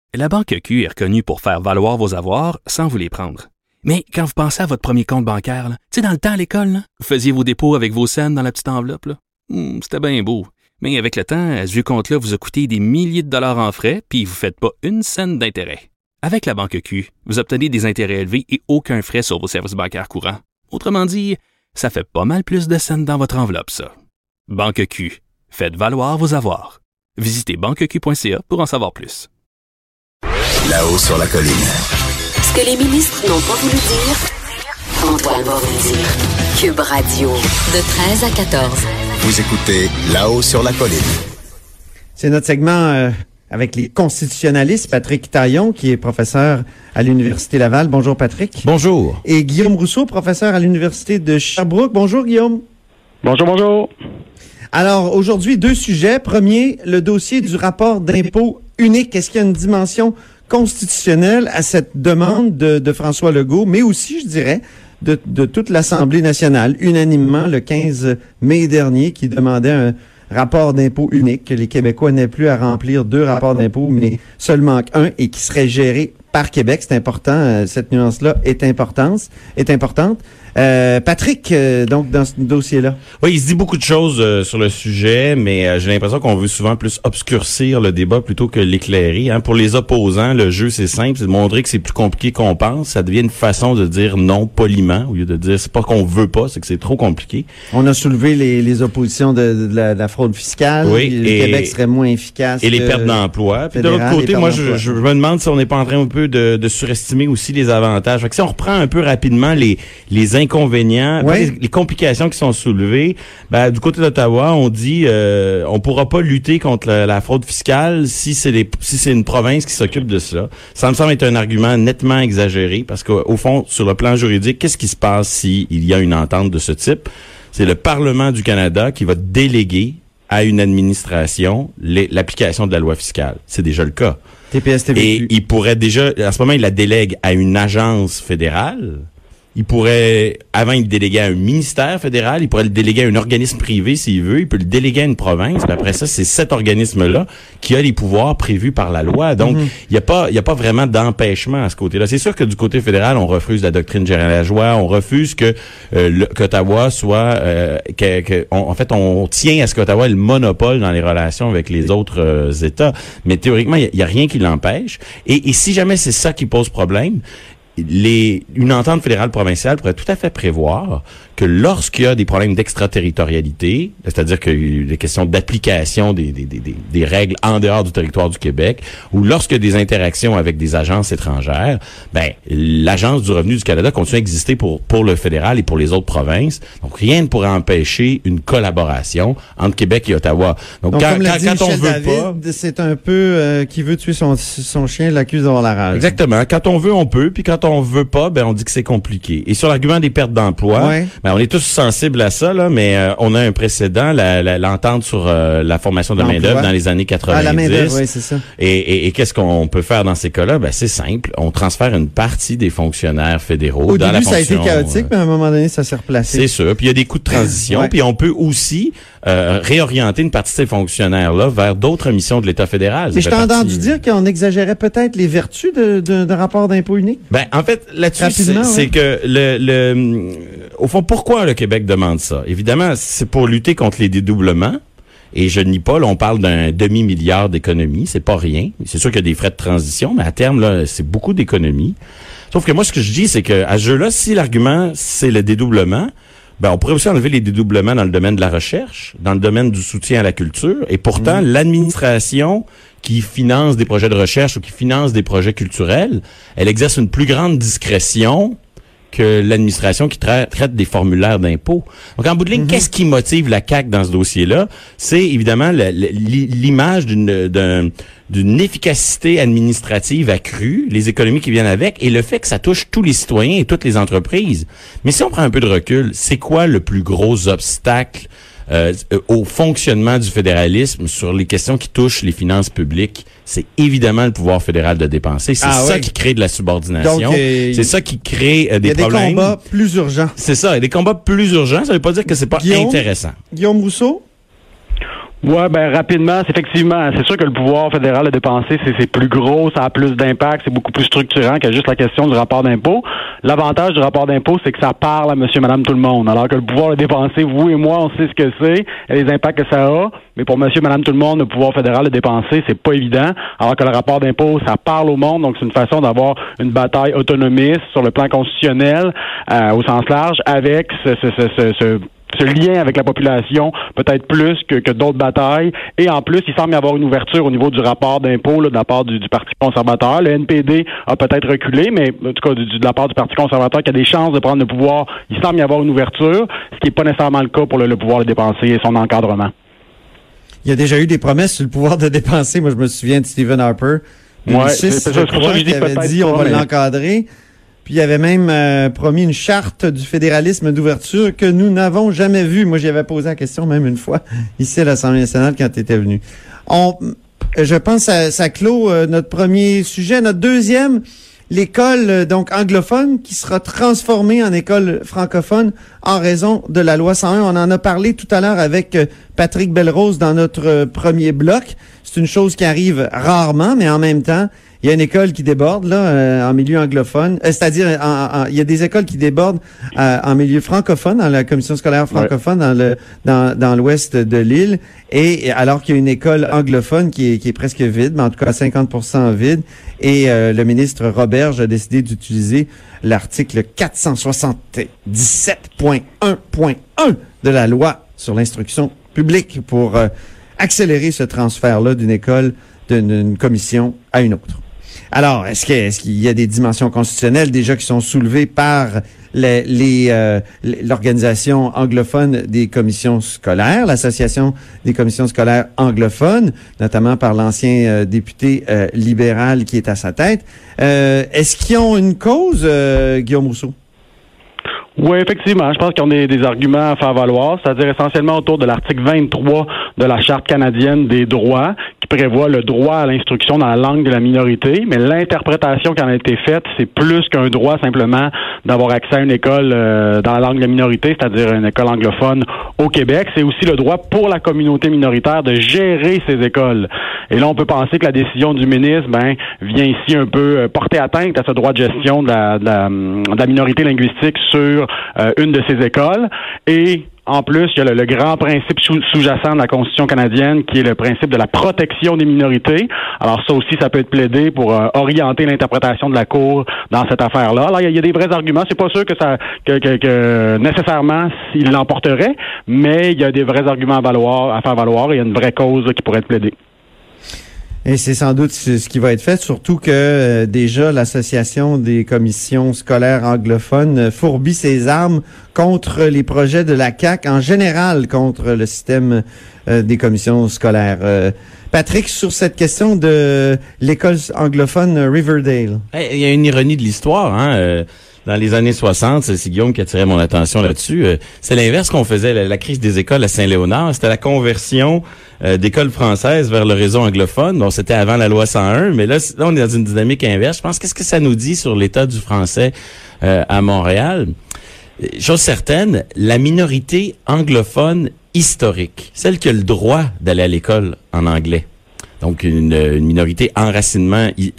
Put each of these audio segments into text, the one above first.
La Banque Q est reconnue pour faire valoir vos avoirs sans vous les prendre. Mais quand vous pensez à votre premier compte bancaire, tu sais, dans le temps à l'école, là, vous faisiez vos dépôts avec vos scènes dans la petite enveloppe. Là. C'était bien beau. Mais avec le temps, ce vieux compte-là vous a coûté des milliers de dollars en frais, puis vous ne faites pas une scène d'intérêt. Avec la Banque Q, vous obtenez des intérêts élevés et aucun frais sur vos services bancaires courants. Autrement dit, ça fait pas mal plus de scènes dans votre enveloppe, ça. Banque Q. Faites valoir vos avoirs. Visitez banqueq.ca pour en savoir plus. Là-haut sur la colline. Ce que les ministres n'ont pas voulu dire, Antoine va vous le dire. Cube Radio, de 13 à 14. Vous écoutez Là-haut sur la colline. C'est notre segment avec les constitutionnalistes. Patrick Taillon, qui est professeur à l'Université Laval. Bonjour, Patrick. Bonjour. Et Guillaume Rousseau, professeur à l'Université de Sherbrooke. Bonjour, Guillaume. Bonjour, bonjour. Alors, aujourd'hui, deux sujets. Premier, le dossier du rapport d'impôt unique. Est-ce qu'il y a une dimension constitutionnelle à cette demande de François Legault, mais aussi, je dirais, de toute l'Assemblée nationale, unanimement, le 15 mai dernier, qui demandait un rapport d'impôt unique, que les Québécois n'aient plus à remplir 2 rapports d'impôt, mais seulement un, et qui serait géré par Québec. C'est important, cette nuance-là est importante. Patrick, donc, dans ce dossier-là. Oui, il se dit beaucoup de choses sur le sujet, mais j'ai l'impression qu'on veut souvent plus obscurcir le débat plutôt que l'éclairer. Pour les opposants, le jeu, c'est simple, c'est de montrer que c'est plus compliqué qu'on pense. Ça devient une façon de dire non poliment, au lieu de dire c'est pas qu'on veut pas, c'est que c'est trop compliqué. On a soulevé les oppositions de la fraude fiscale. Oui, le Québec serait moins efficace. Et les pertes d'emploi. Puis de l'autre côté, moi, je me demande si on n'est pas en train un peu de surestimer aussi les avantages. Fait que si on reprend un peu rapidement les inconvénients, ouais. les complications qui sont soulevées, du côté d'Ottawa, on dit on pourra pas lutter contre la fraude fiscale si c'est une province qui s'occupe de ça. Ça me semble être un argument nettement exagéré parce qu'au fond, sur le plan juridique, qu'est-ce qui se passe s'il y a une entente de ce type? C'est le Parlement du Canada qui va déléguer à une administration l'application de la loi fiscale. C'est déjà le cas. TPS, TVQ. Et il pourrait déjà, en ce moment, il la délègue à une agence fédérale. Il pourrait, avant, il le déléguait à un ministère fédéral. Il pourrait le déléguer à un organisme privé s'il veut. Il peut le déléguer à une province. Puis après ça, c'est cet organisme-là qui a les pouvoirs prévus par la loi. Donc, il y a pas vraiment d'empêchement à ce côté-là. C'est sûr que du côté fédéral, on refuse la doctrine Gérin-Lajoie. On refuse qu'Ottawa soit, en fait, on tient à ce qu'Ottawa ait le monopole dans les relations avec les autres États. Mais théoriquement, il y a rien qui l'empêche. Et si jamais c'est ça qui pose problème, une entente fédérale provinciale pourrait tout à fait prévoir que lorsqu'il y a des problèmes d'extraterritorialité, c'est-à-dire que des questions d'application des règles en dehors du territoire du Québec, ou lorsqu'il y a des interactions avec des agences étrangères, l'Agence du revenu du Canada continue à exister pour le fédéral et pour les autres provinces. Donc, rien ne pourrait empêcher une collaboration entre Québec et Ottawa. Donc quand on veut David, pas... c'est un peu qui veut tuer son chien l'accuse d'avoir la rage. Exactement. Quand on veut, on peut, puis quand on veut pas, on dit que c'est compliqué. Et sur l'argument des pertes d'emploi, on est tous sensibles à ça, là, mais on a un précédent, l'entente sur la formation de main-d'œuvre dans les années 90. La main-d'œuvre, oui, c'est ça. Et qu'est-ce qu'on peut faire dans ces cas-là? C'est simple. On transfère une partie des fonctionnaires fédéraux dans la fonction. Au début, ça a été chaotique, mais à un moment donné, ça s'est replacé. C'est sûr. Puis il y a des coûts de transition. Puis on peut aussi réorienter une partie de ces fonctionnaires-là vers d'autres missions de l'État fédéral. Mais je t'ai entendu dire qu'on exagérait peut-être les vertus d'un rapport d'impôt unique. En fait, là-dessus, c'est que au fond, pourquoi le Québec demande ça? Évidemment, c'est pour lutter contre les dédoublements. Et je nie pas, là, on parle d'un demi-milliard d'économies. C'est pas rien. C'est sûr qu'il y a des frais de transition, mais à terme, là, c'est beaucoup d'économies. Sauf que moi, ce que je dis, c'est que à ce jeu-là, si l'argument, c'est le dédoublement, on pourrait aussi enlever les dédoublements dans le domaine de la recherche, dans le domaine du soutien à la culture. Et pourtant, l'administration qui finance des projets de recherche ou qui finance des projets culturels, elle exerce une plus grande discrétion que l'administration qui traite des formulaires d'impôt. Donc, en bout de ligne, qu'est-ce qui motive la CAQ dans ce dossier-là? C'est évidemment l'image d'une efficacité administrative accrue, les économies qui viennent avec, et le fait que ça touche tous les citoyens et toutes les entreprises. Mais si on prend un peu de recul, c'est quoi le plus gros obstacle au fonctionnement du fédéralisme sur les questions qui touchent les finances publiques? C'est évidemment le pouvoir fédéral de dépenser. C'est ça qui crée de la subordination. C'est ça qui crée des problèmes. Il y a des combats plus urgents. C'est ça. Et des combats plus urgents, ça veut pas dire que c'est pas intéressant. Guillaume Rousseau? Ouais, rapidement, c'est sûr que le pouvoir fédéral de dépenser, c'est plus gros, ça a plus d'impact, c'est beaucoup plus structurant que juste la question du rapport d'impôt. L'avantage du rapport d'impôt, c'est que ça parle à monsieur, madame, tout le monde. Alors que le pouvoir de dépenser, vous et moi, on sait ce que c'est, et les impacts que ça a, mais pour monsieur, madame, tout le monde, le pouvoir fédéral de dépenser, c'est pas évident. Alors que le rapport d'impôt, ça parle au monde, donc c'est une façon d'avoir une bataille autonomiste sur le plan constitutionnel, au sens large, avec ce lien avec la population, peut-être plus que d'autres batailles. Et en plus, il semble y avoir une ouverture au niveau du rapport d'impôt de la part du Parti conservateur. Le NPD a peut-être reculé, mais en tout cas, de la part du Parti conservateur qui a des chances de prendre le pouvoir, il semble y avoir une ouverture, ce qui n'est pas nécessairement le cas pour le pouvoir de dépenser et son encadrement. Il y a déjà eu des promesses sur le pouvoir de dépenser. Moi, je me souviens de Stephen Harper. C'est ça, c'est pour ça que je dis avait dit on va l'encadrer. Puis il avait même promis une charte du fédéralisme d'ouverture que nous n'avons jamais vue. Moi, j'y avais posé la question même une fois ici à l'Assemblée nationale quand tu étais venu. Je pense que ça clôt notre premier sujet. Notre deuxième, l'école donc anglophone qui sera transformée en école francophone en raison de la loi 101. On en a parlé tout à l'heure avec Patrick Belrose dans notre premier bloc. C'est une chose qui arrive rarement, mais en même temps, il y a une école qui déborde là en milieu anglophone, c'est-à-dire il y a des écoles qui débordent en milieu francophone, dans la commission scolaire francophone dans l'ouest de l'île, et alors qu'il y a une école anglophone qui est presque vide, mais en tout cas à 50% vide, et le ministre Roberge a décidé d'utiliser l'article 477.1.1 de la loi sur l'instruction publique pour accélérer ce transfert-là d'une école, d'une commission à une autre. Alors, est-ce qu'il y a des dimensions constitutionnelles déjà qui sont soulevées par l'organisation anglophone des commissions scolaires, l'association des commissions scolaires anglophones, notamment par l'ancien député libéral qui est à sa tête. Est-ce qu'ils ont une cause, Guillaume Rousseau? Oui, effectivement. Je pense qu'ils ont des arguments à faire valoir, c'est-à-dire essentiellement autour de l'article 23 de la Charte canadienne des droits, qui prévoit le droit à l'instruction dans la langue de la minorité, mais l'interprétation qui en a été faite, c'est plus qu'un droit simplement d'avoir accès à une école dans la langue de la minorité, c'est-à-dire une école anglophone au Québec. C'est aussi le droit pour la communauté minoritaire de gérer ces écoles. Et là, on peut penser que la décision du ministre vient ici un peu porter atteinte à ce droit de gestion de la minorité linguistique sur une de ces écoles. Et en plus, il y a le grand principe sous-jacent de la Constitution canadienne qui est le principe de la protection des minorités. Alors ça aussi, ça peut être plaidé pour orienter l'interprétation de la Cour dans cette affaire-là. Alors, il y a des vrais arguments. C'est pas sûr que nécessairement il l'emporterait, mais il y a des vrais arguments à faire valoir et il y a une vraie cause qui pourrait être plaidée. Et c'est sans doute ce qui va être fait, surtout que déjà l'Association des commissions scolaires anglophones fourbit ses armes contre les projets de la CAQ, en général contre le système des commissions scolaires. Patrick, sur cette question de l'école anglophone Riverdale. Il y a une ironie de l'histoire, hein. Dans les années 60, c'est Guillaume qui attirait mon attention là-dessus. C'est l'inverse qu'on faisait, la crise des écoles à Saint-Léonard. C'était la conversion d'écoles françaises vers le réseau anglophone. Donc, c'était avant la loi 101, mais là, on est dans une dynamique inverse. Je pense, qu'est-ce que ça nous dit sur l'état du français à Montréal? Chose certaine, la minorité anglophone historique, celle qui a le droit d'aller à l'école en anglais, donc une minorité enracinée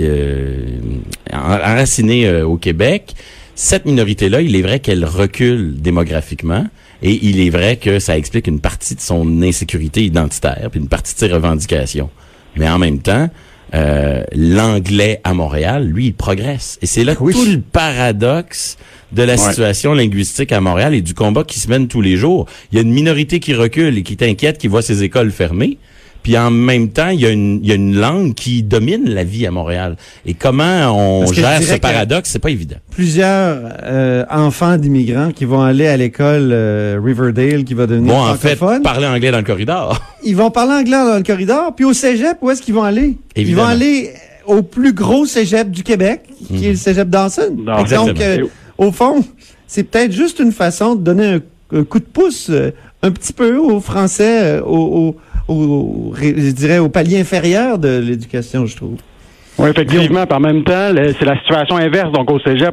au Québec. Cette minorité-là, il est vrai qu'elle recule démographiquement et il est vrai que ça explique une partie de son insécurité identitaire puis une partie de ses revendications. Mais en même temps, l'anglais à Montréal, lui, il progresse. Et c'est là tout le paradoxe de la situation linguistique à Montréal et du combat qui se mène tous les jours. Il y a une minorité qui recule et qui t'inquiète, qui voit ses écoles fermées. Puis en même temps, il y a une langue qui domine la vie à Montréal. Et comment on gère ce paradoxe, c'est pas évident. Plusieurs enfants d'immigrants qui vont aller à l'école Riverdale, qui va devenir francophone. En fait, parler anglais dans le corridor. Ils vont parler anglais dans le corridor. Puis au cégep, où est-ce qu'ils vont aller? Évidemment. Ils vont aller au plus gros cégep du Québec, qui est le cégep Dawson. Donc, au fond, c'est peut-être juste une façon de donner un coup de pouce un petit peu aux Français, je dirais au palier inférieur de l'éducation, je trouve. Oui, effectivement. Par même temps, c'est la situation inverse. Donc, au cégep,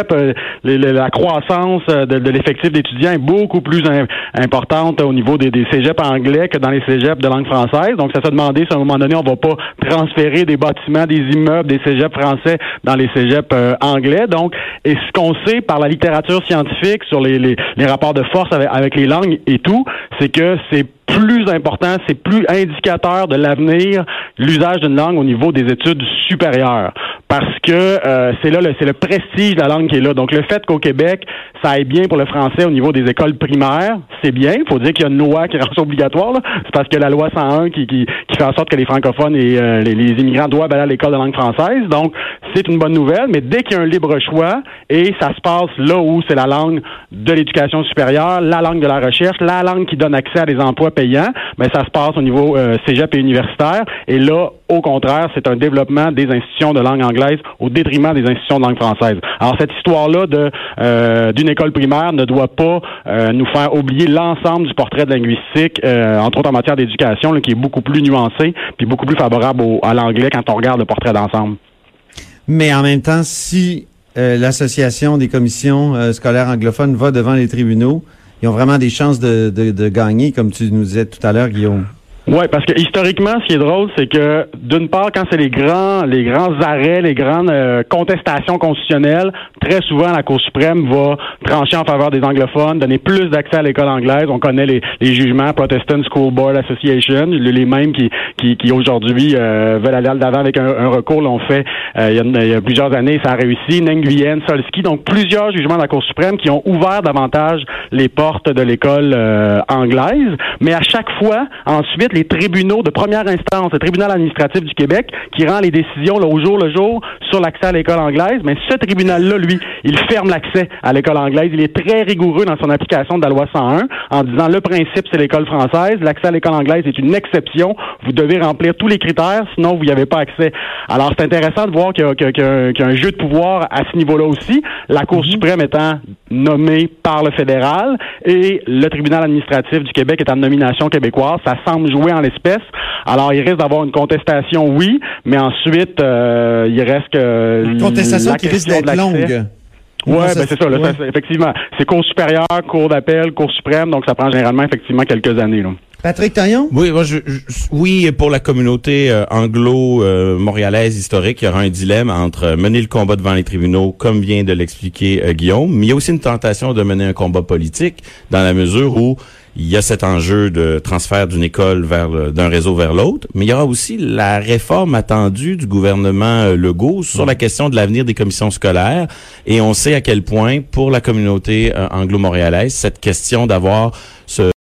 la croissance de l'effectif d'étudiants est beaucoup plus importante au niveau des cégeps anglais que dans les cégeps de langue française. Donc, ça s'est demandé si à un moment donné, on va pas transférer des bâtiments, des immeubles, des cégeps français dans les cégeps anglais. Donc, et ce qu'on sait par la littérature scientifique sur les rapports de force avec les langues et tout, c'est que c'est plus important, c'est plus indicateur de l'avenir, l'usage d'une langue au niveau des études supérieures. Parce que c'est le prestige de la langue qui est là. Donc, le fait qu'au Québec, ça aille bien pour le français au niveau des écoles primaires, c'est bien. Il faut dire qu'il y a une loi qui rend ça obligatoire, là. C'est parce que la loi 101 qui fait en sorte que les francophones et les immigrants doivent aller à l'école de langue française. Donc, c'est une bonne nouvelle. Mais dès qu'il y a un libre choix, et ça se passe là où c'est la langue de l'éducation supérieure, la langue de la recherche, la langue qui donne accès à des emplois payants, mais ça se passe au niveau cégep et universitaire. Et là, au contraire, c'est un développement des institutions de langue anglaise au détriment des institutions de langue française. Alors, cette histoire-là d'une école primaire ne doit pas nous faire oublier l'ensemble du portrait de linguistique, entre autres en matière d'éducation, là, qui est beaucoup plus nuancé puis beaucoup plus favorable à l'anglais quand on regarde le portrait d'ensemble. Mais en même temps, si l'Association des commissions scolaires anglophones va devant les tribunaux, ils ont vraiment des chances de gagner, comme tu nous disais tout à l'heure, Guillaume. Oui, parce que historiquement, ce qui est drôle, c'est que d'une part, quand c'est les grands arrêts, les grandes contestations constitutionnelles, très souvent la Cour suprême va trancher en faveur des anglophones, donner plus d'accès à l'école anglaise. On connaît les jugements Protestant School Board Association, les mêmes qui aujourd'hui veulent aller d'avant avec un recours. L'ont fait il y a plusieurs années, ça a réussi. Nguyen, Solski, donc plusieurs jugements de la Cour suprême qui ont ouvert davantage les portes de l'école anglaise. Mais à chaque fois, ensuite, les tribunaux de première instance, le tribunal administratif du Québec, qui rend les décisions là, au jour le jour sur l'accès à l'école anglaise, mais ce tribunal-là, lui, il ferme l'accès à l'école anglaise. Il est très rigoureux dans son application de la loi 101 en disant le principe, c'est l'école française, l'accès à l'école anglaise est une exception. Vous devez remplir tous les critères, sinon vous n'y avez pas accès. Alors, c'est intéressant de voir qu'il y a un jeu de pouvoir à ce niveau-là aussi, la Cour suprême étant nommée par le fédéral et le tribunal administratif du Québec est en nomination québécoise. Ça semble jouer en l'espèce. Alors, il risque d'avoir une contestation, oui, mais ensuite, il reste que... Une contestation qui risque d'être longue. Oui, c'est ça, là, ça, effectivement. C'est Cour supérieure, Cour d'appel, Cour suprême, donc ça prend généralement, effectivement, quelques années, là. Patrick Taillon? Oui, moi, oui, pour la communauté anglo-montréalaise historique, il y aura un dilemme entre mener le combat devant les tribunaux, comme vient de l'expliquer Guillaume, mais il y a aussi une tentation de mener un combat politique dans la mesure où il y a cet enjeu de transfert d'une école d'un réseau vers l'autre, mais il y aura aussi la réforme attendue du gouvernement Legault sur la question de l'avenir des commissions scolaires. Et on sait à quel point, pour la communauté anglo-montréalaise, cette question d'avoir ce